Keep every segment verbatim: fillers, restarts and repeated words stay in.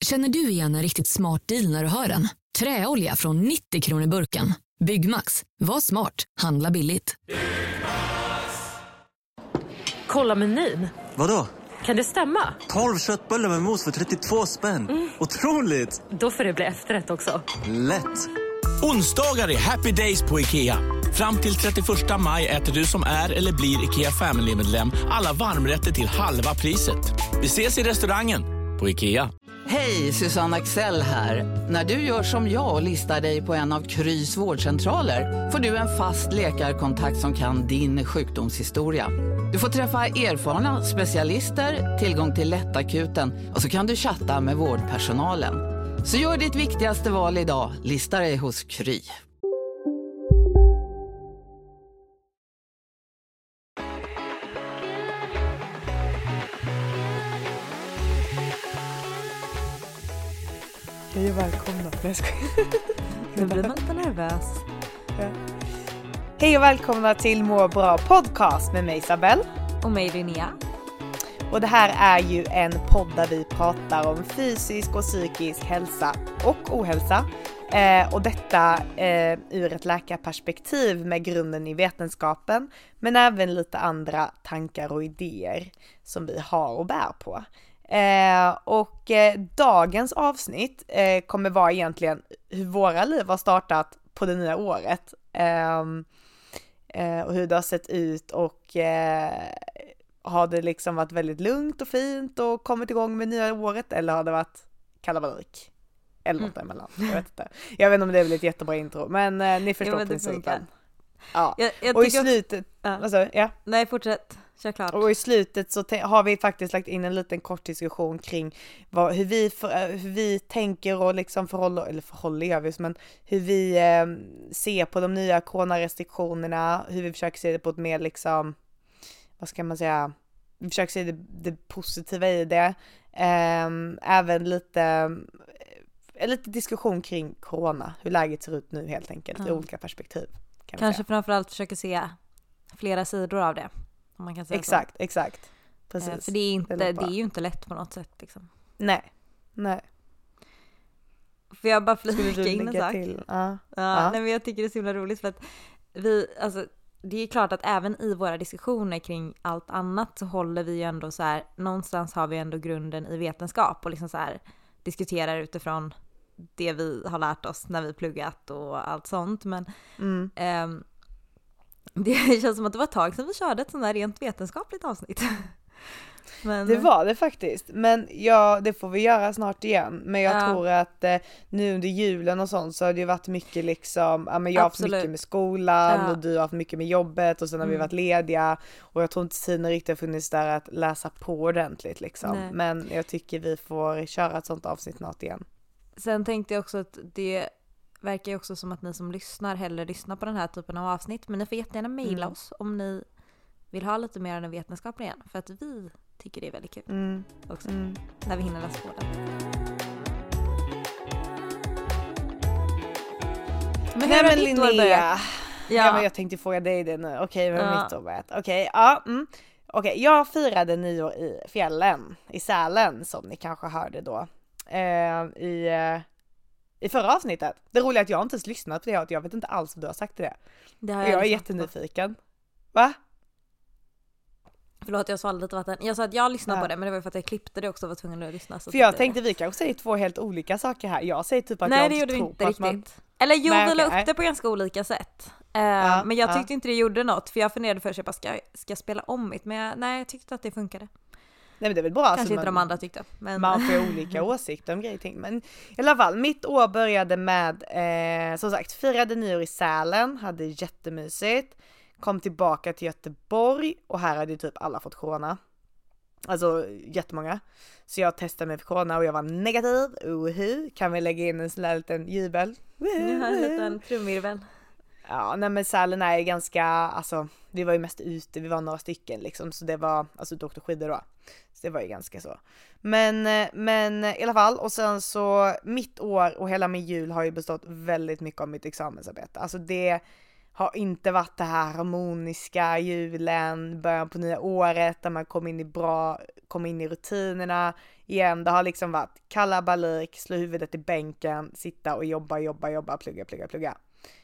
Känner du igen en riktigt smart deal när du hör den? Träolja från nittio kronor burken. Byggmax. Var smart. Handla billigt. Kolla menyn. Vadå? Kan det stämma? tolv köttbullar med mos för trettiotvå spänn. Mm. Otroligt! Då får det bli efterrätt också. Lätt! Onsdagar är happy days på IKEA. Fram till trettioförsta maj äter du som är eller blir IKEA Family-medlem alla varmrätter till halva priset. Vi ses i restaurangen på IKEA. Hej, Susanne Axel här. När du gör som jag och listar dig på en av Krys vårdcentraler får du en fast läkarkontakt som kan din sjukdomshistoria. Du får träffa erfarna specialister, tillgång till lättakuten och så kan du chatta med vårdpersonalen. Så gör ditt viktigaste val idag, lista dig hos Kry. Hej och välkomna. Nu blir man lite nervös. Ja. Hej och välkomna till Må bra podcast med mig Isabelle. Och mig Linnea. Och det här är ju en podd där vi pratar om fysisk och psykisk hälsa och ohälsa. Eh, och detta eh, ur ett läkarperspektiv med grunden i vetenskapen. Men även lite andra tankar och idéer som vi har och bär på. Eh, och eh, dagens avsnitt eh, kommer vara egentligen hur våra liv har startat på det nya året. Eh, eh, och hur det har sett ut och eh, har det liksom varit väldigt lugnt och fint och kommit igång med nya året, eller har det varit kalabalik? Eller något mm. emellan, jag vet inte. Jag vet inte om det är väl ett jättebra intro, men eh, ni förstår jo, principen. Ja. Jag, jag och i slutet, ja. alltså, ja. Nej, fortsätt. Kör klart. Och i slutet så te- har vi faktiskt lagt in en liten kort diskussion kring vad, hur, vi för, hur vi tänker och liksom förhåller, eller förhåller gör vi, men hur vi eh, ser på de nya coronarestriktionerna, hur vi försöker se det på ett mer liksom, vad ska man säga, vi försöker se det, det positiva i det. Eh, även lite, eh, lite diskussion kring corona, hur läget ser ut nu helt enkelt, mm. i olika perspektiv. Kan Kanske framförallt försöka se flera sidor av det. Om man kan säga exakt, så. exakt. Precis. Eh, för det är, inte, det, det är ju inte lätt på något sätt. Liksom. Nej, nej. Får jag bara flika in en sak? Till? Ja. Ja, ja. Nej, men jag tycker det är så himla roligt för att vi, alltså, det är klart att även i våra diskussioner kring allt annat så håller vi ju ändå så här, någonstans har vi ändå grunden i vetenskap och liksom så här diskuterar utifrån det vi har lärt oss när vi pluggat och allt sånt. Men mm. ehm, det känns som att det var ett tag sedan vi körde ett sånt där rent vetenskapligt avsnitt. Men... Det var det faktiskt. Men ja, det får vi göra snart igen. Men jag ja. tror att eh, nu under julen och sånt så har det ju varit mycket liksom, ja, men jag har haft mycket med skolan ja. och du har haft mycket med jobbet och sen har mm. vi varit lediga och jag tror inte tiden riktigt har funnits där att läsa på ordentligt liksom. Nej. Men jag tycker vi får köra ett sånt avsnitt snart igen. Sen tänkte jag också att det verkar ju också som att ni som lyssnar hellre lyssnar på den här typen av avsnitt. Men ni får jättegärna mejla mm. oss om ni vill ha lite mer än den vetenskapliga igen. För att vi tycker det är väldigt kul mm. också. Mm. När vi hinner läsa på den. Men Nej men Linnea, ja. ja men jag tänkte fråga dig det nu. Okej, vad är ja. mitt år börjat? Okej, ja. Mm. Okej, jag firade nyår i fjällen, i Sälen som ni kanske hörde då. Eh, i, eh, I förra avsnittet. Det roliga är att jag inte ens lyssnat på det. Jag vet inte alls vad du har sagt till det. det jag, jag är jättenyfiken. Va? Förlåt, jag svalde lite vatten. Jag sa att jag lyssnade ja. på det, men det var för att jag klippte det också och var tvungen att lyssna. Så för jag tänkte det. Vi kanske säger två helt olika saker här. Jag säger typ att Nej, jag det inte gjorde tror inte på riktigt. att man... Eller jo, Nej, vi la okay. upp det på ganska olika sätt. Uh, ja, men jag tyckte ja. inte det gjorde något. För jag funderade först, jag bara, ska, ska jag spela om mitt? Men jag, nej, jag tyckte att det funkade. Nej, men det är väl bra. Kanske alltså, inte man, de andra tyckte. Men... Man får olika åsikter om grejer. Men i alla fall, mitt år började med, eh, som sagt, firade nyår i Sälen. Hade jättemysigt. Kom tillbaka till Göteborg. Och här hade ju typ alla fått corona. Alltså jättemånga. Så jag testade mig för corona och jag var negativ. Uhu. Kan vi lägga in en sån där liten jubel? Nu har en liten trumvirvel. Ja, nej men Sälen är ju ganska, alltså vi var ju mest ute, vi var några stycken liksom, så det var, alltså du åkte skidor då. Så det var ju ganska så. Men, men i alla fall, och sen så mitt år och hela min jul har ju bestått väldigt mycket av mitt examensarbete. Alltså det har inte varit det här harmoniska julen, början på nya året där man kommer in i bra, kommer in i rutinerna igen. Det har liksom varit kalabalik, slå huvudet i bänken, sitta och jobba, jobba, jobba, plugga, plugga, plugga.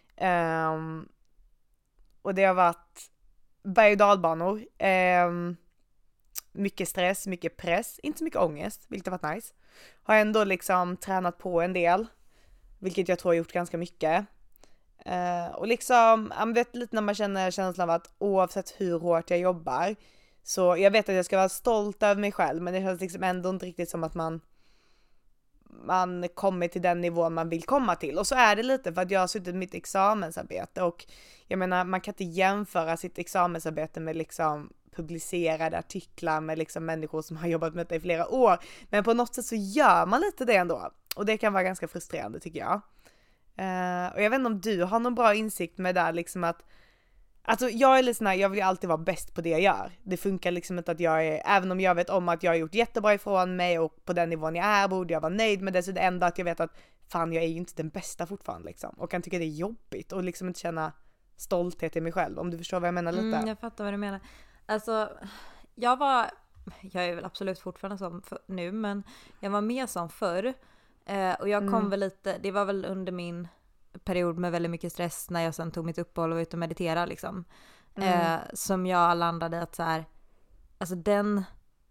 Um, och det har varit berg- och dalbanor. Um, mycket stress, mycket press, inte så mycket ångest, vilket har varit nice. Har ändå liksom tränat på en del, vilket jag tror har gjort ganska mycket. Uh, och liksom, jag vet lite när man känner känslan av att oavsett hur hårt jag jobbar, så jag vet att jag ska vara stolt över mig själv, men det känns liksom ändå inte riktigt som att man man kommer till den nivån man vill komma till. Och så är det lite för att jag har suttit mitt examensarbete, och jag menar, man kan inte jämföra sitt examensarbete med liksom publicerade artiklar med liksom människor som har jobbat med det i flera år, men på något sätt så gör man lite det ändå, och det kan vara ganska frustrerande tycker jag. Uh, och jag vet inte om du har någon bra insikt med det där, liksom att alltså jag är lite sån här, jag vill ju alltid vara bäst på det jag gör. Det funkar liksom inte att jag är, även om jag vet om att jag har gjort jättebra ifrån mig och på den nivån jag är borde jag vara nöjd med det, så det enda att jag vet att fan, jag är ju inte den bästa fortfarande liksom, och kan tycka det är jobbigt och liksom inte känna stolthet i mig själv, om du förstår vad jag menar lite. Mm, jag fattar vad du menar. Alltså, jag var, jag är väl absolut fortfarande som för, nu, men jag var mer som förr. Eh, och jag kom mm. väl lite, det var väl under min period med väldigt mycket stress när jag sen tog mitt uppehåll och var ute och meditera liksom. Mm. Eh, som jag landade i att så här, alltså den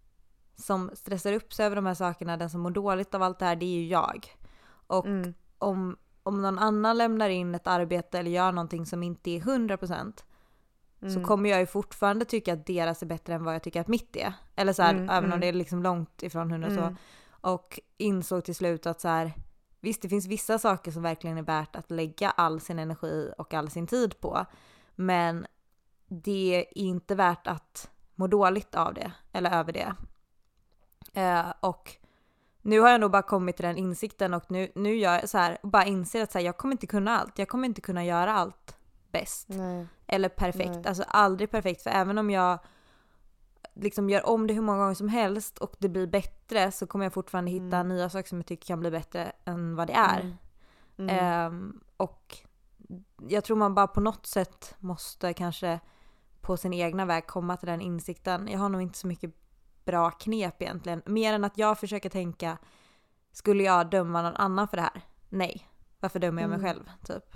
som stressar upp sig över de här sakerna, den som mår dåligt av allt det här, det är ju jag. Och mm. om, om någon annan lämnar in ett arbete eller gör någonting som inte är hundra procent, mm. så kommer jag ju fortfarande tycka att deras är bättre än vad jag tycker att mitt är. Eller så här, mm. även om mm. det är liksom långt ifrån hundra mm. så. Och insåg till slut att så här, visst, det finns vissa saker som verkligen är värt att lägga all sin energi och all sin tid på. Men det är inte värt att må dåligt av det eller över det. Eh, och nu har jag nog bara kommit till den insikten, och nu, nu gör jag så här, bara inser att så här, jag kommer inte kunna allt. Jag kommer inte kunna göra allt bäst. Nej. Eller perfekt. Nej. Alltså aldrig perfekt. För även om jag liksom gör om det hur många gånger som helst och det blir bättre, så kommer jag fortfarande hitta mm. nya saker som jag tycker kan bli bättre än vad det är. Mm. Mm. Um, och jag tror man bara på något sätt måste kanske på sin egna väg komma till den insikten. Jag har nog inte så mycket bra knep egentligen. Mer än att jag försöker tänka, skulle jag döma någon annan för det här? Nej. Varför dömer jag mig mm. själv? Typ.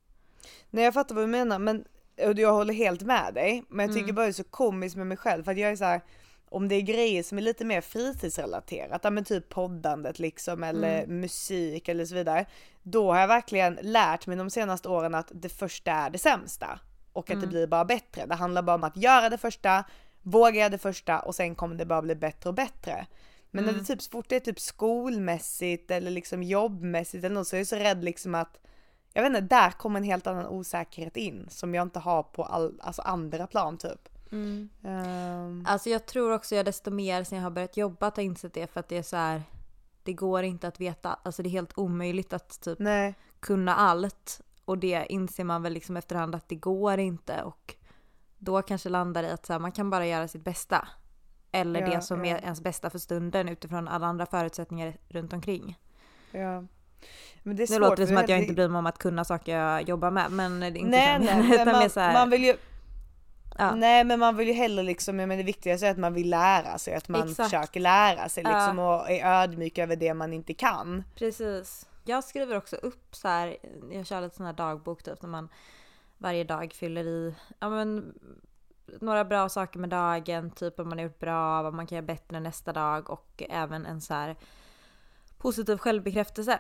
Nej, jag fattar vad du menar, men och jag håller helt med dig, men jag tycker mm. bara det är så komiskt med mig själv, för att jag är så här, om det är grejer som är lite mer fritidsrelaterat, ja, men typ poddandet liksom, eller mm. musik eller så vidare, då har jag verkligen lärt mig de senaste åren att det första är det sämsta och att mm. det blir bara bättre. Det handlar bara om att göra det första, våga göra det första, och sen kommer det bara bli bättre och bättre. Men mm. när det typ så fort det är typ skolmässigt eller liksom jobbmässigt eller något, så är jag så rädd liksom att jag vet inte, där kommer en helt annan osäkerhet in som jag inte har på all, alltså andra plan typ. Mm. Um. Alltså jag tror också jag desto mer sen jag har börjat jobba att jag insett det, för att det är så här, det går inte att veta, alltså det är helt omöjligt att typ Nej. kunna allt, och det inser man väl liksom efterhand att det går inte, och då kanske landar i att så här, man kan bara göra sitt bästa, eller ja, det som ja. är ens bästa för stunden utifrån alla andra förutsättningar runt omkring. Ja. Men det är nu svårt, låter det som att jag det... inte bryr mig om att kunna saker jag jobbar med, men det är inte nej, så. Nej, men man, så här... man vill ju ja. Nej, men man vill ju heller liksom, men det viktigaste är att man vill lära sig, att man Exakt. försöker lära sig liksom, ja. och är ödmjuk över det man inte kan. Precis. Jag skriver också upp så här, jag kör lite sån här dagbok typ, när man varje dag fyller i ja, men, några bra saker med dagen, typ om man har gjort bra, vad man kan göra bättre nästa dag, och även en så här positiv självbekräftelse.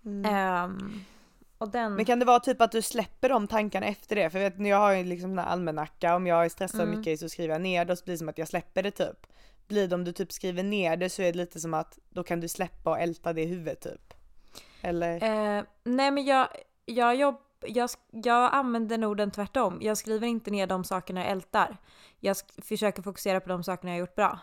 Mm. Um, och den... Men kan det vara typ att du släpper de tankarna efter det? För jag vet, när jag har ju liksom den här almanacka, om jag är stressad mm. mycket så skriver jag ner det, och så blir det som att jag släpper det typ. Blir det om du typ skriver ner det, så är det lite som att då kan du släppa och älta det i huvudet typ. Eller? Uh, nej men jag, jag, jobb, jag, jag använder nog den tvärtom. Jag skriver inte ner de sakerna jag ältar. Jag sk- försöker fokusera på de sakerna jag har gjort bra.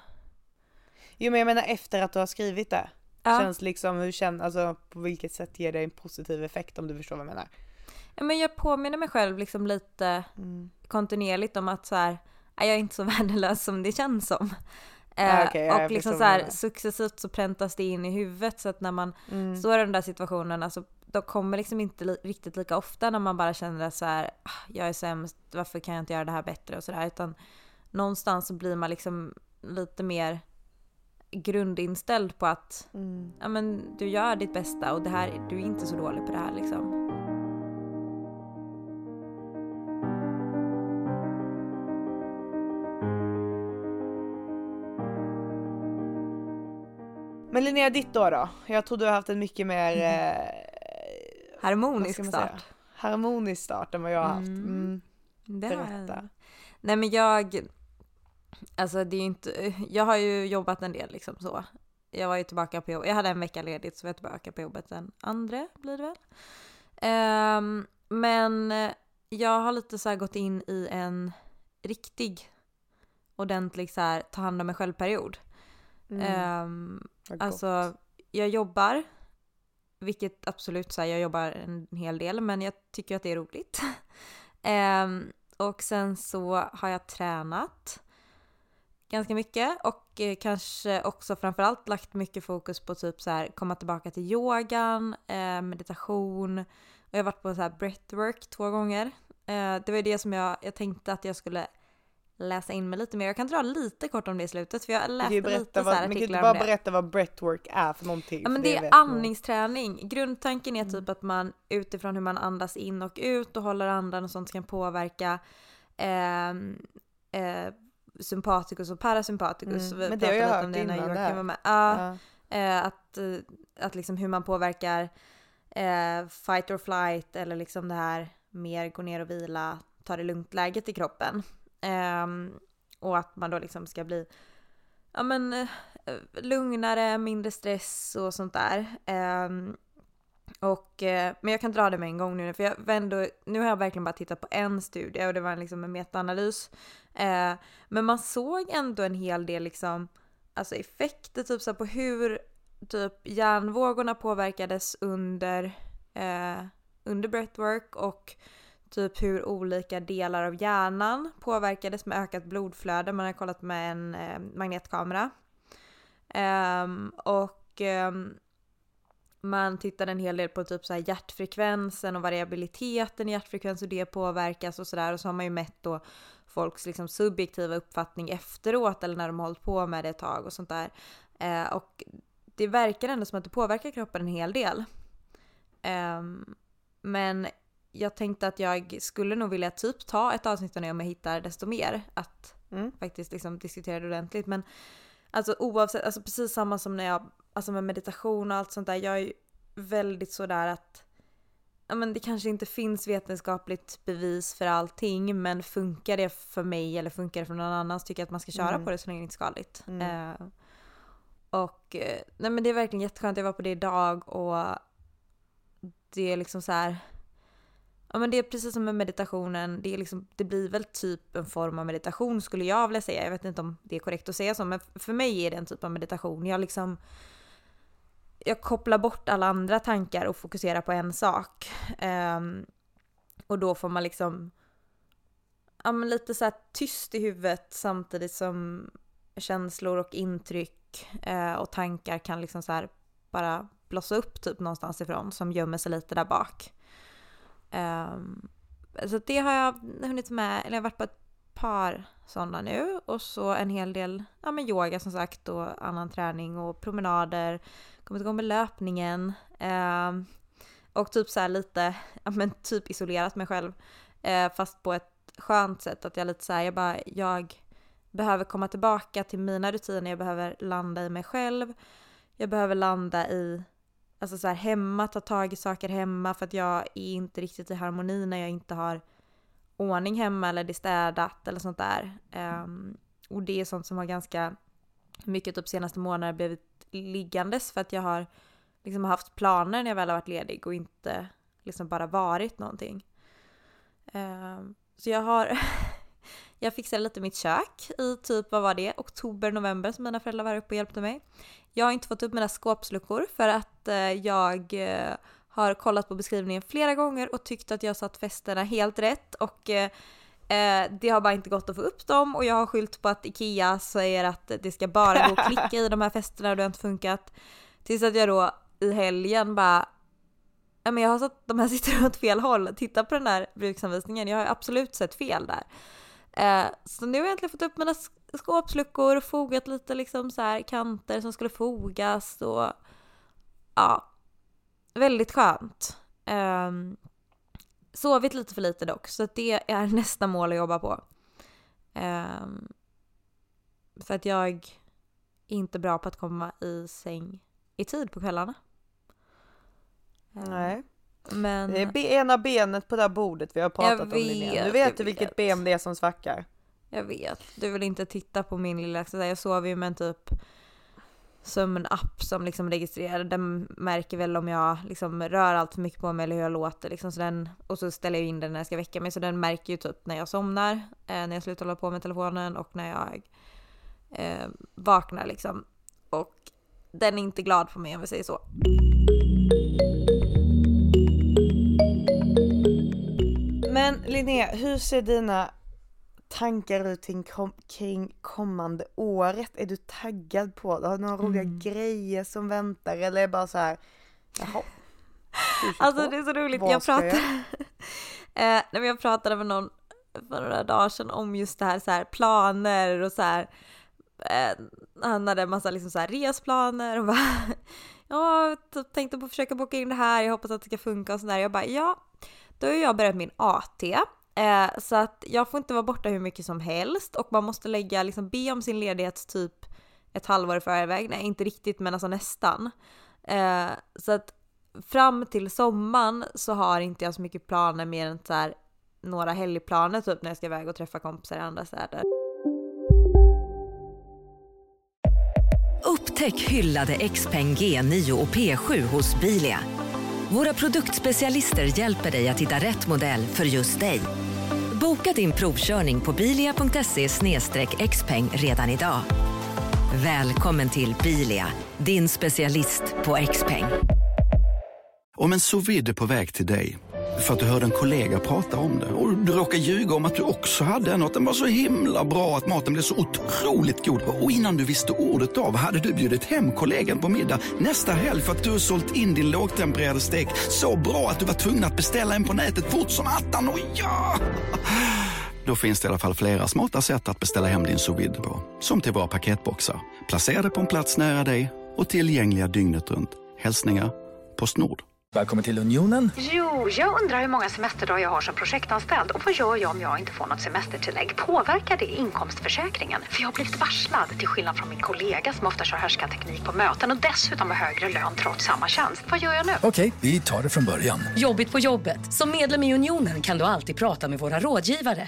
Jo, men jag menar efter att du har skrivit det. Ja. Känns liksom, hur känns, alltså på vilket sätt ger det en positiv effekt, om du förstår vad jag menar? Ja, men jag påminner mig själv liksom lite mm. kontinuerligt om att så här, jag är inte så värdelös som det känns som. Ah, okay, eh, och liksom så här, successivt så präntas det in i huvudet, så att när man mm. står i den där situationen, alltså de kommer liksom inte li- riktigt lika ofta när man bara känner att så här, jag är sämst, varför kan jag inte göra det här bättre och sådär, utan någonstans så blir man liksom lite mer grundinställd på att mm. ja, men du gör ditt bästa och det här, du är inte så dålig på det här liksom. Men Linnea, ditt då då? Jag tror du har haft en mycket mer eh, harmonisk start. Säga? Harmonisk start än vad jag har haft. Mm. Det Berätta. Nej men jag, alltså det är ju inte, jag har ju jobbat en del liksom så. Jag var ju tillbaka på jobbet, jag hade en vecka ledigt så jag var tillbaka på jobbet den andra blir det väl. Um, men jag har lite så här gått in i en riktig ordentlig så här ta hand om mig själv-period. Mm. Um, alltså jag jobbar, vilket absolut så här, jag jobbar en hel del, men jag tycker att det är roligt. um, och sen så har jag tränat ganska mycket och eh, kanske också framförallt lagt mycket fokus på typ så här komma tillbaka till yogan, eh, meditation, och jag har varit på så här breathwork två gånger. Eh, det var ju det som jag, jag tänkte att jag skulle läsa in mig lite mer. Jag kan dra lite kort om det i slutet för jag läste lite så här artiklar om det. Men kan du bara berätta vad breathwork är för någonting? Ja men det, det är andningsträning. Grundtanken är mm. typ att man utifrån hur man andas in och ut och håller andan och sånt kan påverka eh, eh, sympaticus och parasympaticus. Mm. Men det har jag hört om det innan det här. Med. Ja, ja. Eh, att, att liksom hur man påverkar eh, fight or flight eller liksom det här mer gå ner och vila, ta det lugnt läget i kroppen. Um, och att man då liksom ska bli ja men uh, lugnare, mindre stress och sånt där. Um, och, uh, men jag kan dra det med en gång nu för jag ändå, nu har jag verkligen bara tittat på en studie och det var liksom en metaanalys. Uh, men man såg ändå en hel del liksom, alltså effekter typ så på hur typ hjärnvågorna påverkades under, uh, under breathwork och typ hur olika delar av hjärnan påverkades med ökat blodflöde. Man har kollat med en eh, magnetkamera. Um, och um, man tittade en hel del på typ så här hjärtfrekvensen och variabiliteten i hjärtfrekvens och det påverkas och sådär. Och så har man ju mätt då folks liksom subjektiva uppfattning efteråt eller när de har hållit på med det ett tag och sånt där. Uh, och det verkar ändå som att det påverkar kroppen en hel del. Um, men jag tänkte att jag skulle nog vilja typ ta ett avsnitt nu om jag hittar desto mer. Att mm. faktiskt liksom diskutera det ordentligt. Men alltså oavsett, alltså precis samma som när jag, alltså med meditation och allt sånt där. Jag är ju väldigt sådär att ja, men det kanske inte finns vetenskapligt bevis för allting. Men funkar det för mig eller funkar det för någon annan så tycker jag att man ska köra mm. på det så länge det inte är skadligt. Mm. Eh, och nej men det är verkligen jätteskönt. Jag var på det idag och det är liksom så här. Ja men det är precis som med meditationen, det, är liksom, det blir väl typ en form av meditation skulle jag vilja säga. Jag vet inte om det är korrekt att säga så, men för mig är det en typ av meditation. Jag liksom, jag kopplar bort alla andra tankar och fokuserar på en sak. Um, och då får man liksom, ja men lite så här tyst i huvudet samtidigt som känslor och intryck uh, och tankar kan liksom så här bara blossa upp typ någonstans ifrån som gömmer sig lite där bak. Um, så det har jag hunnit med, eller jag har varit på ett par sådana nu och så en hel del ja, men yoga som sagt och annan träning och promenader, kommit igång med löpningen um, och typ så här lite, ja men typ isolerat mig själv uh, fast på ett skönt sätt att jag lite så här, jag bara, jag behöver komma tillbaka till mina rutiner, jag behöver landa i mig själv, jag behöver landa i alltså så här hemma, ta tag i saker hemma för att jag är inte riktigt i harmoni när jag inte har ordning hemma eller det är städat eller sånt där. Um, och det är sånt som har ganska mycket typ senaste månader blivit liggandes för att jag har liksom haft planer när jag väl har varit ledig och inte liksom bara varit någonting. Um, så jag har jag fixade lite mitt kök i typ, vad var det? Oktober, november som mina föräldrar var uppe och hjälpte mig. Jag har inte fått upp mina skåpsluckor för att eh, jag eh, har kollat på beskrivningen flera gånger och tyckt att jag satt fästena helt rätt och eh, det har bara inte gått att få upp dem och jag har skyllt på att Ikea säger att det ska bara gå att klicka i de här fästena och det har inte funkat. Tills att jag då i helgen bara ja, men jag har sett de här sitter åt fel håll. Titta på den där bruksanvisningen. Jag har absolut sett fel där. Eh, så nu har jag egentligen fått upp mina skåpsluckor och fogat lite liksom så här kanter som skulle fogas och ja, väldigt skönt. Eh, sovit lite för lite dock, så att det är nästa mål att jobba på. Eh, för att jag är inte bra på att komma i säng i tid på kvällarna. Eh, Nej. Men det är be- ena benet på det här bordet vi har pratat om. vet, Du vet du vet. vilket ben det är som svackar. Jag vet. Du vill inte titta på min lilla... Så där, jag sover ju med en typ sömnapp som liksom registrerar. Den märker väl om jag liksom rör allt för mycket på mig eller hur jag låter. Liksom, så den, och så ställer jag in den när jag ska väcka mig. Så den märker ju typ när jag somnar, eh, när jag slutar hålla på med telefonen och när jag eh, vaknar. Liksom. Och den är inte glad på mig om vi säger så. Men Linnea, hur ser dina tankar ut kring, kom- kring kommande året? Är du taggad på det? Har du några roliga Mm. grejer som väntar? Eller är det bara så här, jaha. Alltså det är så roligt. Vad Jag ska jag pratade, eh, när jag pratade med någon för några dagar sedan om just det här, så här planer och så här. Eh, han hade en massa liksom så här resplaner och bara, ja, typ tänkte på att försöka boka in det här. Jag hoppas att det ska funka och sådär. Jag bara, ja, då har jag börjat min A T. Eh, så att jag får inte vara borta hur mycket som helst. Och man måste lägga, liksom be om sin ledighet typ ett halvår i förväg. Nej, inte riktigt, men alltså nästan. Eh, så att fram till sommaren så har inte jag så mycket planer mer än så här, några helgplaner typ när jag ska iväg och träffa kompisar i andra städer. Upptäck hyllade Xpeng G nio och P sju hos Bilia. Våra produktspecialister hjälper dig att hitta rätt modell för just dig. Boka din provkörning på bilia punkt se slash xpeng redan idag. Välkommen till Bilia, din specialist på Xpeng. Om en sous vide är på väg till dig för att du hörde en kollega prata om det och du råkar ljuga om att du också hade en och att den var så himla bra att maten blev så otroligt god. Och innan du visste ordet av hade du bjudit hem kollegan på middag nästa helg för att du har sålt in din lågtempererade stek så bra att du var tvungen att beställa en på nätet fort som attan. Och ja! Då finns det i alla fall flera smarta sätt att beställa hem din sous vide på. Som till våra paketboxar. Placerade på en plats nära dig och tillgängliga dygnet runt. Hälsningar Postnord. Välkommen till Unionen. Jo, jag undrar hur många semesterdagar jag har som projektanställd. Och vad gör jag om jag inte får något semestertillägg? Påverkar det inkomstförsäkringen? För jag har blivit varslad, till skillnad från min kollega som ofta kör härskarteknik på möten och dessutom har högre lön trots samma tjänst. Vad gör jag nu? Okej, vi tar det från början. Jobbigt på jobbet. Som medlem i Unionen kan du alltid prata med våra rådgivare.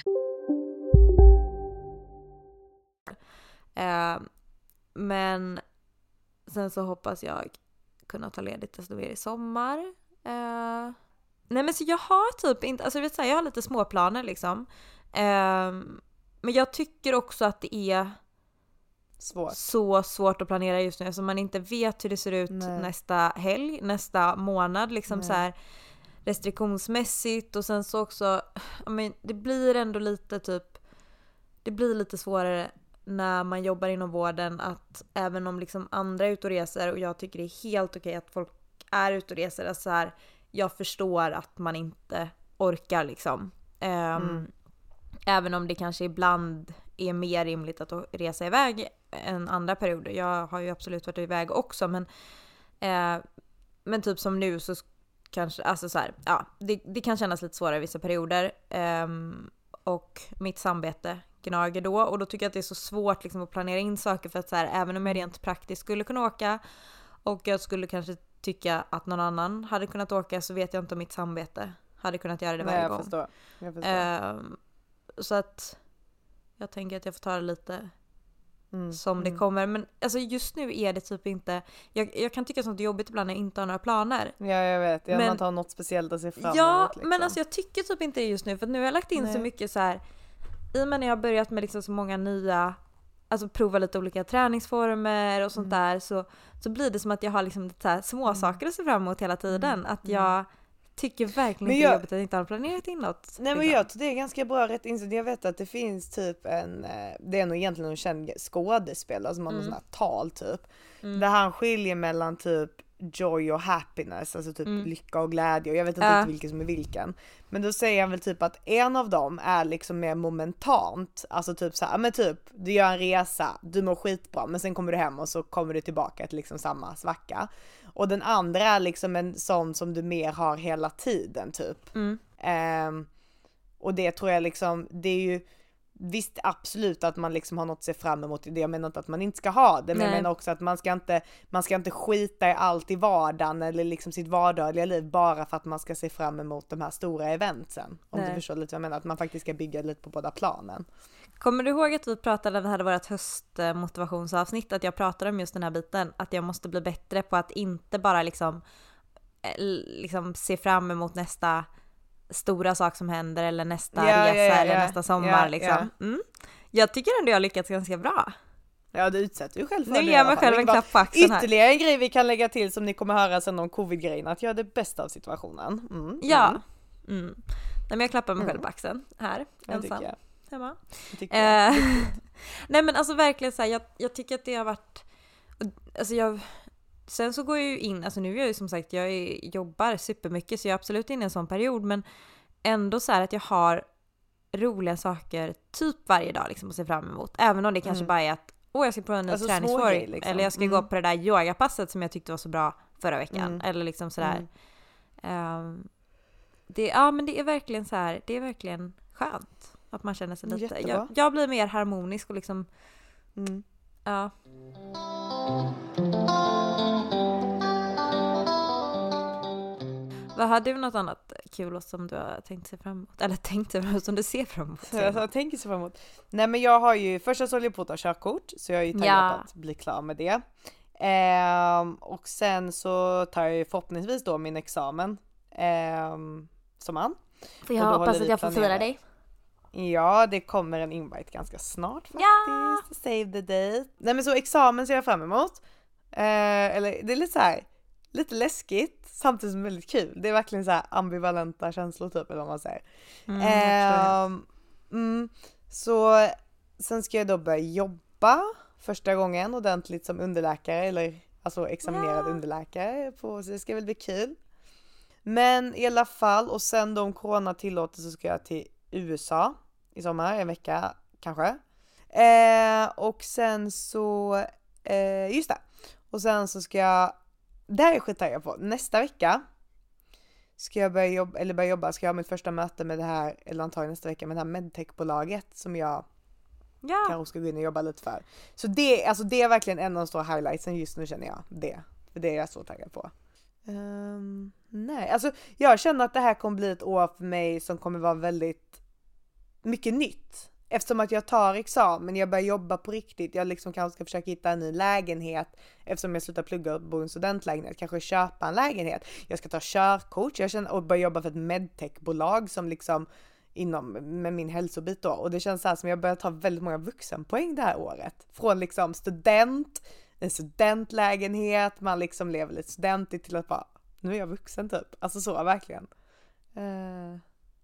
Eh, men sen så hoppas jag kunna ta ledigt desto mer i sommar. Eh, nej men så jag har typ inte, alltså jag vet säga, jag har lite småplaner liksom. Eh, men jag tycker också att det är svårt. så svårt att planera just nu. Alltså man inte vet hur det ser ut Nej. nästa helg, nästa månad liksom. Nej. Så här restriktionsmässigt och sen så också, I mean, det blir ändå lite typ, det blir lite svårare när man jobbar inom vården att även om liksom andra är ute och reser och jag tycker det är helt okej att folk är ute och reser, alltså så här, jag förstår att man inte orkar liksom. Um, mm. Även om det kanske ibland är mer rimligt att resa iväg än andra perioder. Jag har ju absolut varit iväg också, men eh, men typ som nu så kanske, alltså så här, ja, det, det kan kännas lite svårare i vissa perioder. Um, och mitt samvete gnager då, och då tycker jag att det är så svårt liksom att planera in saker, för att så här, även om jag rent praktiskt skulle kunna åka och jag skulle kanske tycka att någon annan hade kunnat åka, så vet jag inte om mitt samvete hade kunnat göra det varje Nej, jag gång. Förstår. Jag förstår. Um, så att jag tänker att jag får ta det lite mm, som mm. det kommer. Men alltså just nu är det typ inte, jag, jag kan tycka sånt är jobbigt ibland när jag inte har några planer. Ja, jag vet. Jag men, man inte har något speciellt att se fram emot. Ja, liksom. men alltså jag tycker typ inte det just nu, för nu har jag lagt in Nej. så mycket så här, i och med när jag har börjat med liksom så många nya, alltså prova lite olika träningsformer och sånt mm. där, så, så blir det som att jag har liksom så här små mm. saker att se fram emot hela tiden. Mm. Att jag tycker verkligen inte jag, jobbigt att jag inte har planerat in något. Nej, men jag tror det är ganska bra rätt insett. Jag vet att det finns typ en, det är nog egentligen en känd skådespelare som har mm. någon sån här tal typ. Mm. Där han skiljer mellan typ joy och happiness, alltså typ Mm. lycka och glädje, och jag vet inte Ja. riktigt vilken som är vilken. Men då säger han väl typ att en av dem är liksom mer momentant, alltså typ så här, men typ du gör en resa, du mår skitbra, men sen kommer du hem och så kommer du tillbaka till liksom samma svacka. Och den andra är liksom en sån som du mer har hela tiden typ. Mm. Ehm, och det tror jag liksom, det är ju visst absolut att man liksom har något att se fram emot i det. Jag menar inte att man inte ska ha det, men Nej. jag menar också att man ska inte man ska inte skita i allt i vardagen eller liksom sitt vardagliga liv bara för att man ska se fram emot de här stora eventsen. Om Nej. du förstår lite vad jag menar, att man faktiskt ska bygga lite på båda planen. Kommer du ihåg att vi pratade när vi hade vårt höstmotivationsavsnitt, att jag pratade om just den här biten, att jag måste bli bättre på att inte bara liksom, eh, liksom se fram emot nästa stora sak som händer eller nästa Ja, resa ja, ja, eller ja. nästa sommar Ja, liksom. Mm. Jag tycker ändå jag har lyckats ganska bra. Ja, du utsätter ju själv för Nu det ger i jag alla mig fall. själv Det en var klapp på axeln här. Ytterligare en grej vi kan lägga till som ni kommer höra sen om covid-grejen, att göra det bästa av situationen. Mm. Ja. Mm. Mm. Nej, men jag klappar mig Mm. själv på axeln här, Ja, ensam. tycker jag. Hemma. Det tycker jag. Eh, Nej men alltså verkligen så här, jag, jag tycker att det har varit, alltså jag, sen så går jag ju in, alltså nu är jag ju som sagt, jag är, jobbar supermycket så jag är absolut inne i en sån period, men ändå så här att jag har roliga saker typ varje dag liksom att se fram emot, även om det kanske Mm. bara är att åh jag ska prova en ny Alltså, träningsform, smågrej, liksom. eller jag ska Mm. gå på det där yogapasset som jag tyckte var så bra förra veckan, Mm. eller liksom sådär. Mm. Um, det, ja men det är verkligen så här, det är verkligen skönt att man känner sig lite, Jättebra. jag, jag blir mer harmonisk och liksom, Mm. ja. Vad har du något annat kul som du har tänkt sig fram emot? Eller tänkt sig fram emot, som du ser fram emot? Så jag, så jag tänker så fram emot. Nej men jag har ju, först så håller jag på att ta körkort, så jag är ju taggad Ja. på att bli klar med det. Ehm, och sen så tar jag ju förhoppningsvis då min examen ehm, som man. Får Och jag då hoppas håller att vi jag får fira planerat. dig? Ja, det kommer en invite ganska snart faktiskt. Ja! Save the date. Nej men så examen ser jag fram emot. Eh, eller det är lite så här, lite läskigt samtidigt som väldigt kul. Det är verkligen så här ambivalenta känslor typ, eller vad man säger. Mm, jag förstår Ehm, mm, så sen ska jag då börja jobba första gången ordentligt som underläkare, eller alltså examinerad Ja. underläkare på, så det ska väl bli kul. Men i alla fall, och sen då om corona tillåter så ska jag till U S A i sommar, en vecka kanske. Eh, och sen så, eh, just det. Och sen så ska jag, det här är jag skittaggad på, nästa vecka ska jag börja jobba, eller börja jobba, ska jag ha mitt första möte med det här, eller antagligen nästa vecka, med det här medtechbolaget som jag Ja. kanske ska gå in och jobba lite för. Så det, alltså det är verkligen en av de stora highlightsen just nu, känner jag det. För det är jag så taggad på. Um, nej, alltså jag känner att det här kommer bli ett år för mig som kommer vara väldigt mycket nytt. Eftersom att jag tar examen, jag börjar jobba på riktigt, jag liksom kanske ska försöka hitta en ny lägenhet eftersom jag slutar plugga och bo i en studentlägenhet, kanske köpa en lägenhet. Jag ska ta körkort, jag känner, och börja jobba för ett medtechbolag som liksom inom med min hälsobit då, och det känns så här som jag börjar ta väldigt många vuxenpoäng det här året. Från liksom student, en studentlägenhet, man liksom lever lite studentigt till att bara, nu är jag vuxen typ. Alltså så, verkligen. Uh,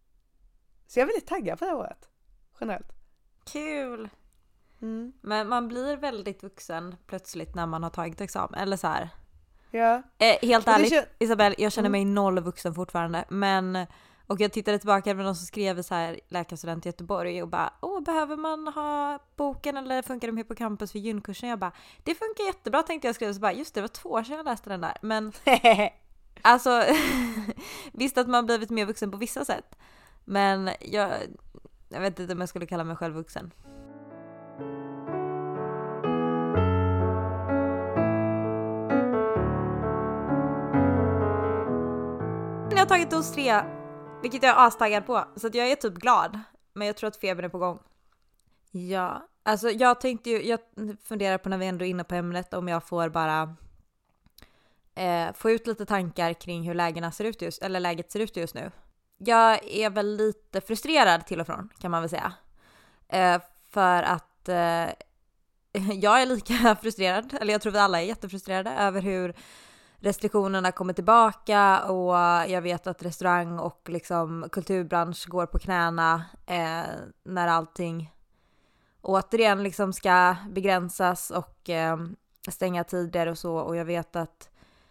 så jag är väldigt taggad på det här året. Generellt. Kul! Mm. Men man blir väldigt vuxen plötsligt när man har tagit examen, eller så här. Ja. Eh, helt Och det ärligt, kän- Isabel, jag känner Mm. mig noll vuxen fortfarande, men och jag tittade tillbaka med någon som skrev så här, läkarstudent i Göteborg, och bara, åh, behöver man ha boken eller funkar de på campus för gynkursen? Jag bara, det funkar jättebra, tänkte jag skriva, så bara, just det, det var två år sedan jag läste den där, men alltså, visst att man blivit mer vuxen på vissa sätt, men jag, jag vet inte om jag skulle kalla mig själv vuxen. Jag har tagit dos tre, vilket jag är astaggad på, så att jag är typ glad, men jag tror att febern är på gång. Ja, alltså jag tänkte ju, jag funderar på när vi ändå är inne på ämnet, om jag får bara eh, få ut lite tankar kring hur lägena ser ut just, eller läget ser ut just nu. Jag är väl lite frustrerad till och från, kan man väl säga. Eh, för att eh, jag är lika frustrerad, eller jag tror vi alla är jättefrustrerade över hur restriktionerna kommer tillbaka, och jag vet att restaurang och liksom kulturbransch går på knäna eh, när allting återigen liksom ska begränsas och eh, stänga tider och så, och jag vet att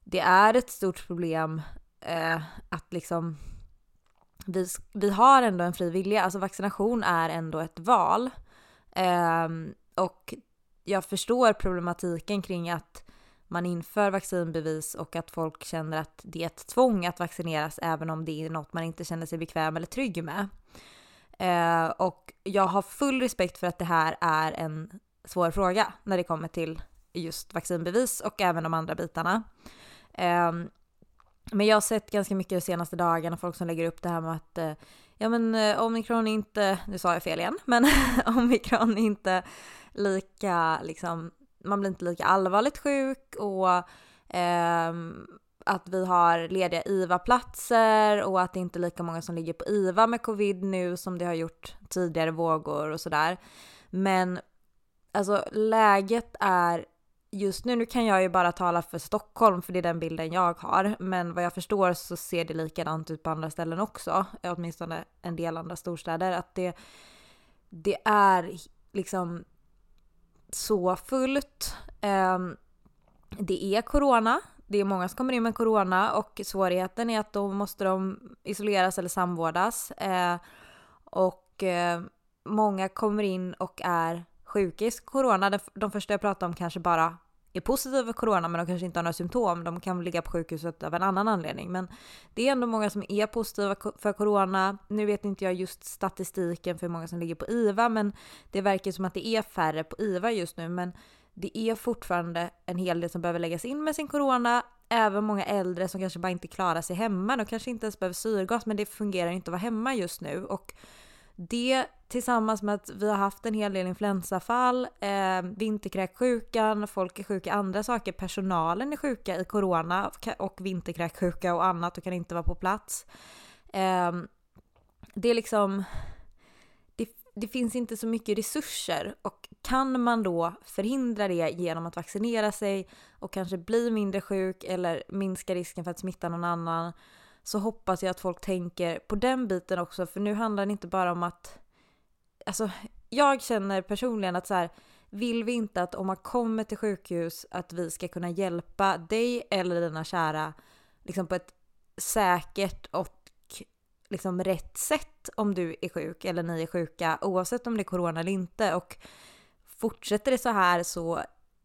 det är ett stort problem eh, att liksom vi, vi har ändå en fri vilja. Alltså vaccination är ändå ett val. Eh, och jag förstår problematiken kring att man inför vaccinbevis och att folk känner att det är ett tvång att vaccineras även om det är något man inte känner sig bekväm eller trygg med. Eh, och jag har full respekt för att det här är en svår fråga när det kommer till just vaccinbevis och även de andra bitarna. Eh, men jag har sett ganska mycket de senaste dagarna folk som lägger upp det här med att eh, ja men eh, omikron är inte, nu sa jag fel igen, men omikron är inte lika liksom, man blir inte lika allvarligt sjuk och eh, att vi har lediga I V A-platser och att det inte är lika många som ligger på I V A med covid nu som det har gjort tidigare vågor och sådär. Men alltså läget är just nu, nu kan jag ju bara tala för Stockholm för det är den bilden jag har, men vad jag förstår så ser det likadant ut på andra ställen också, åtminstone en del andra storstäder, att det, det är liksom så fullt. Um, det är corona. Det är många som kommer in med corona och svårigheten är att då måste de isoleras eller samvårdas. Uh, och uh, många kommer in och är sjuka i corona. De, de första jag pratar om kanske bara är positiva för corona men de kanske inte har några symptom. De kan ligga på sjukhuset av en annan anledning. Men det är ändå många som är positiva för corona. Nu vet inte jag just statistiken för hur många som ligger på I V A, men det verkar som att det är färre på I V A just nu. Men det är fortfarande en hel del som behöver läggas in med sin corona. Även många äldre som kanske bara inte klarar sig hemma. De kanske inte ens behöver syrgas, men det fungerar inte att vara hemma just nu. Och det tillsammans med att vi har haft en hel del influensafall, eh, vinterkräksjukan, folk är sjuka i andra saker, personalen är sjuka i corona och vinterkräksjuka och annat och kan inte vara på plats. Eh, det är liksom, det, det finns inte så mycket resurser och kan man då förhindra det genom att vaccinera sig och kanske bli mindre sjuk eller minska risken för att smitta någon annan, så hoppas jag att folk tänker på den biten också. För nu handlar det inte bara om att, alltså jag känner personligen att så här, vill vi inte att om man kommer till sjukhus att vi ska kunna hjälpa dig eller dina kära liksom på ett säkert och liksom rätt sätt om du är sjuk eller ni är sjuka, oavsett om det är corona eller inte. Och fortsätter det så här så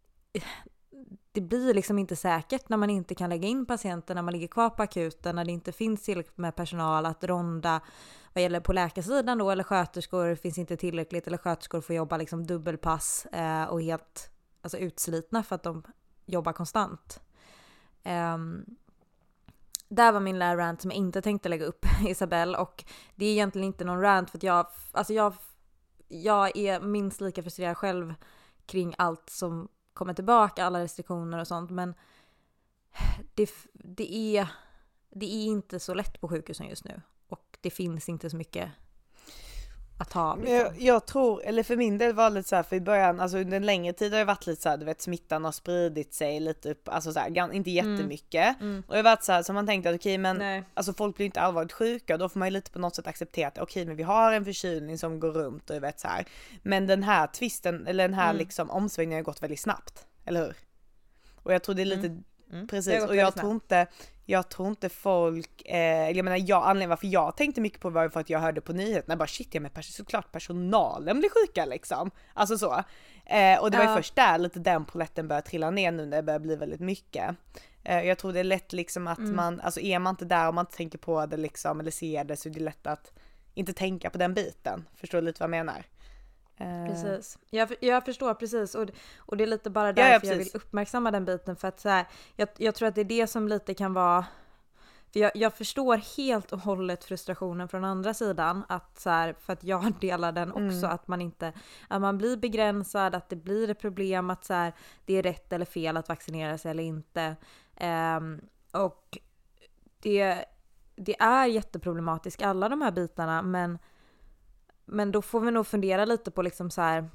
det blir liksom inte säkert när man inte kan lägga in patienter, när man ligger kvar på akuten, när det inte finns tillräckligt med personal att ronda vad gäller på läkarsidan då, eller sköterskor finns inte tillräckligt, eller sköterskor får jobba liksom dubbelpass eh, och helt alltså utslitna för att de jobbar konstant. Um, där var min lilla rant som jag inte tänkte lägga upp, Isabelle, och det är egentligen inte någon rant för att jag, alltså jag, jag är minst lika frustrerad själv kring allt som kommer tillbaka, alla restriktioner och sånt, men det, det, är, det är inte så lätt på sjukhusen just nu och det finns inte så mycket att ha. Liksom. Jag, jag tror, eller för min del var det lite så här, för i början, alltså under en längre tid har det varit lite så här, du vet, smittan har spridit sig lite upp, alltså så här, inte jättemycket. Mm. Mm. Och det har varit så här, så man tänkte att okej, men Nej. alltså folk blir inte allvarligt sjuka och då får man ju lite på något sätt acceptera att okej, men vi har en förkylning som går runt och vet så här. Men den här twisten, eller den här mm. liksom omsvängningen har gått väldigt snabbt, eller hur? Och jag tror det är lite, mm. Mm. precis, och jag tror inte Jag tror inte folk, eh, jag menar jag anledningen varför jag tänkte mycket på var för att jag hörde på nyheterna bara shit, ja men pers- såklart personalen blir sjuka liksom. Alltså så. Eh, och det var ju ja. först där lite den poletten började trilla ner nu när det börjar bli väldigt mycket. Eh, jag tror det är lätt liksom att mm. man, alltså är man inte där och man inte tänker på det liksom eller ser det, så är det lätt att inte tänka på den biten. Förstår du lite vad jag menar? Precis. Jag, jag förstår precis och, och det är lite bara därför ja, ja, jag vill uppmärksamma den biten, för att så här, jag, jag tror att det är det som lite kan vara, för jag, jag förstår helt och hållet frustrationen från andra sidan, att så här, för att jag delar den också, mm. att man inte, att man blir begränsad, att det blir ett problem, att så här, det är rätt eller fel att vaccinera sig eller inte. Um, och det, det är jätteproblematiskt alla de här bitarna, men Men då får vi nog fundera lite på liksom så här,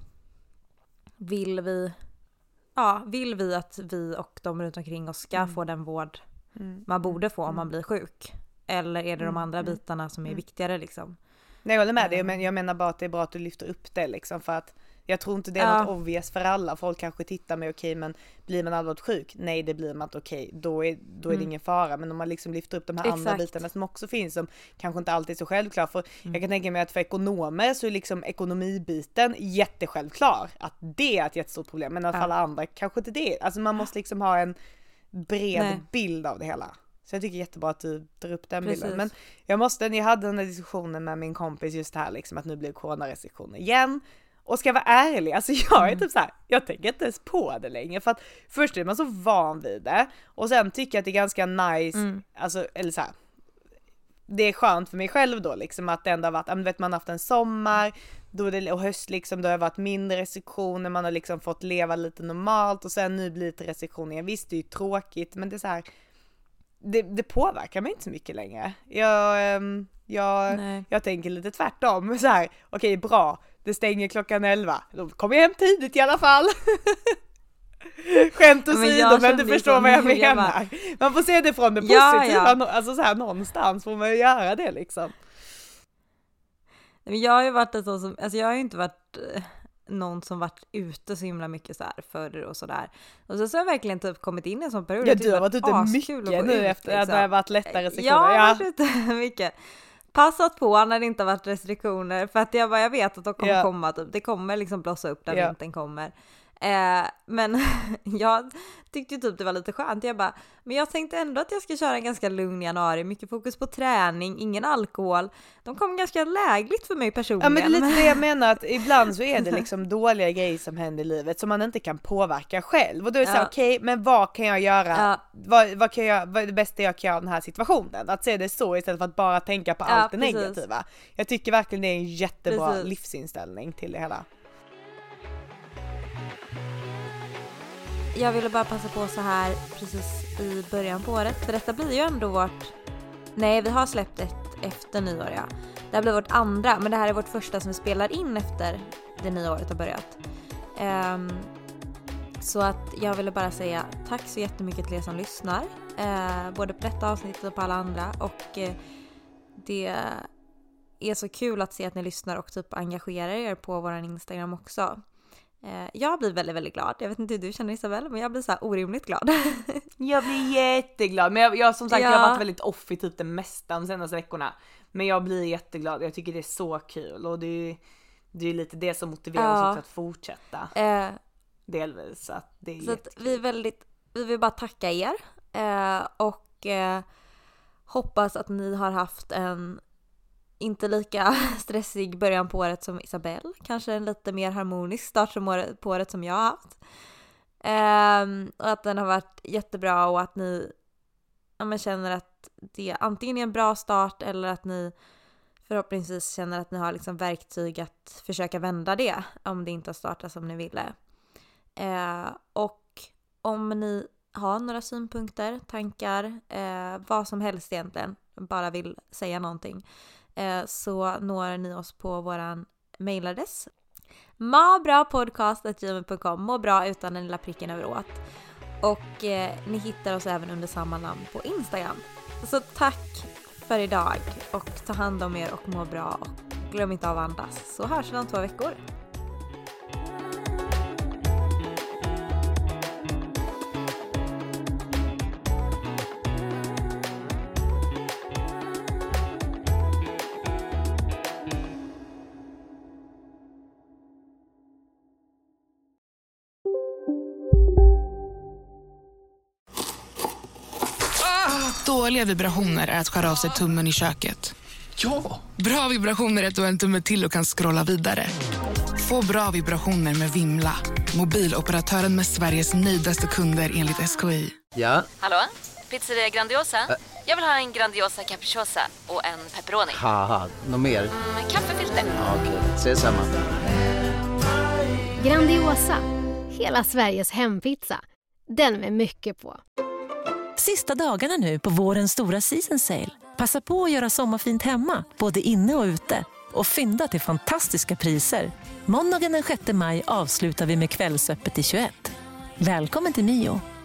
vill vi ja, vill vi att vi och de runt omkring oss ska mm. få den vård mm. man borde få om mm. man blir sjuk? Eller är det de andra mm. bitarna som är mm. viktigare liksom? Nej, jag håller med dig, men jag menar bara att det är bra att du lyfter upp det liksom, för att Jag tror inte det är ja. något obvious för alla. Folk kanske tittar med okej, okay, men blir man allvarligt sjuk? Nej, det blir man inte. Okej, okay, då är, då är det mm. ingen fara. Men om man liksom lyfter upp de här Exakt. andra bitarna som också finns, som kanske inte alltid är så självklar. För mm. jag kan tänka mig att för ekonomer så är liksom ekonomibiten jättesjälvklar. Att det är ett jättestort problem. Men för ja. alla andra kanske inte det. Alltså man måste liksom ha en bred Nej. bild av det hela. Så jag tycker jättebra att du drar upp den Precis. bilden. Men jag måste, jag hade den här diskussionen med min kompis just här, liksom, att nu blir coronarestriktioner igen. Och ska jag vara ärlig, alltså jag är mm. typ så här, jag tänker inte ens på det längre. För att först är man så van vid det. Och sen tycker jag att det är ganska nice, mm. alltså, eller så här, det är skönt för mig själv då, liksom att det ändå har varit, jag vet, man har haft en sommar då det, och höst liksom, då har det varit mindre restriktioner, man har liksom fått leva lite normalt och sen nu blir det restriktioner. Visst, det är ju tråkigt, men det är så här, det, det påverkar mig inte så mycket längre. Jag, jag, jag tänker lite tvärtom, så här, okej, bra, det stänger klockan elva, då kommer jag hem tidigt i alla fall. Skämt åsido, men, men du förstår vad jag menar. Jag bara... Man får se det från det positiva, ja, ja. alltså så här, någonstans får man ju göra det liksom. Men jag har ju varit ett sån som, alltså jag har ju inte varit någon som varit ute så himla mycket så här förr och sådär. Och så, så har jag verkligen typ kommit in i en sån period. Ja, du har varit ute mycket nu ut, efter liksom. Att det har varit lättare sektioner. Ja, jag har varit ute mycket. Passat på när det inte har varit restriktioner, för att jag, bara, jag vet att de kommer ja. komma typ. Det kommer liksom blossa upp när ja. vintern kommer. Eh, men jag tyckte typ det var lite skönt. Jag bara, men jag tänkte ändå att jag ska köra en ganska lugn januari. Mycket fokus på träning, ingen alkohol. De kom ganska lägligt för mig personligen. Ja, men det är lite det jag menar, att ibland så är det liksom dåliga grejer som händer i livet som man inte kan påverka själv. Och då är det så, ja. okej, okay, men vad kan jag göra? Ja. Vad, vad, kan jag, vad är det bästa jag kan göra i den här situationen? Att se det så istället för att bara tänka på ja, allt det precis. negativa. Jag tycker verkligen det är en jättebra precis. livsinställning till det hela. Jag ville bara passa på så här precis i början på året. För detta blir ju ändå vårt... Nej, vi har släppt ett efter nyår, ja. Det här blir vårt andra, men det här är vårt första som vi spelar in efter det nya året har börjat. Um, så att jag ville bara säga tack så jättemycket till er som lyssnar. Uh, både på detta avsnittet och på alla andra. Och uh, det är så kul att se att ni lyssnar och typ engagerar er på vår Instagram också. Jag blir väldigt, väldigt glad. Jag vet inte hur du känner, Isabelle, men jag blir så här orimligt glad. Jag blir jätteglad. Men jag, jag som sagt, ja. jag har varit väldigt off i typ det mesta de senaste veckorna. Men jag blir jätteglad. Jag tycker det är så kul. Och det är, det är lite det som motiverar ja. oss att fortsätta. Eh, Delvis. Så att det är så att vi, är väldigt, vi vill bara tacka er. Eh, och eh, hoppas att ni har haft en inte lika stressig början på året som Isabelle. Kanske en lite mer harmonisk start som året, på året som jag har haft. Um, och att den har varit jättebra och att ni ja, men känner att det antingen är en bra start eller att ni förhoppningsvis känner att ni har liksom verktyg att försöka vända det om det inte har startat som ni ville. Uh, och om ni har några synpunkter, tankar, uh, vad som helst egentligen, bara vill säga någonting, så når ni oss på våran mailadress mabrapodcast at gmail dot com. Må bra utan den lilla pricken över åt. Och eh, ni hittar oss även under samma namn på Instagram. Så tack för idag och ta hand om er och må bra och glöm inte av att andas. Så hörs vi om två veckor. Dåliga vibrationer är att skära av sig tummen i köket. Ja! Bra vibrationer är att du har en tumme till och kan scrolla vidare. Få bra vibrationer med Vimla. Mobiloperatören med Sveriges nöjdaste kunder enligt S K I. Ja? Hallå? Pizzeria Grandiosa? Ä- Jag vill ha en Grandiosa capriciosa och en pepperoni. Haha, något mer? Mm, kaffefilter. Ja, okej, okay. Ses samma. Grandiosa, hela Sveriges hempizza. Den med mycket på. Sista dagarna nu på vårens stora season sale. Passa på att göra sommarfint hemma, både inne och ute. Och fynda till fantastiska priser. Måndagen den sjätte maj avslutar vi med Kvällsöppet i tjugoett. Välkommen till Mio.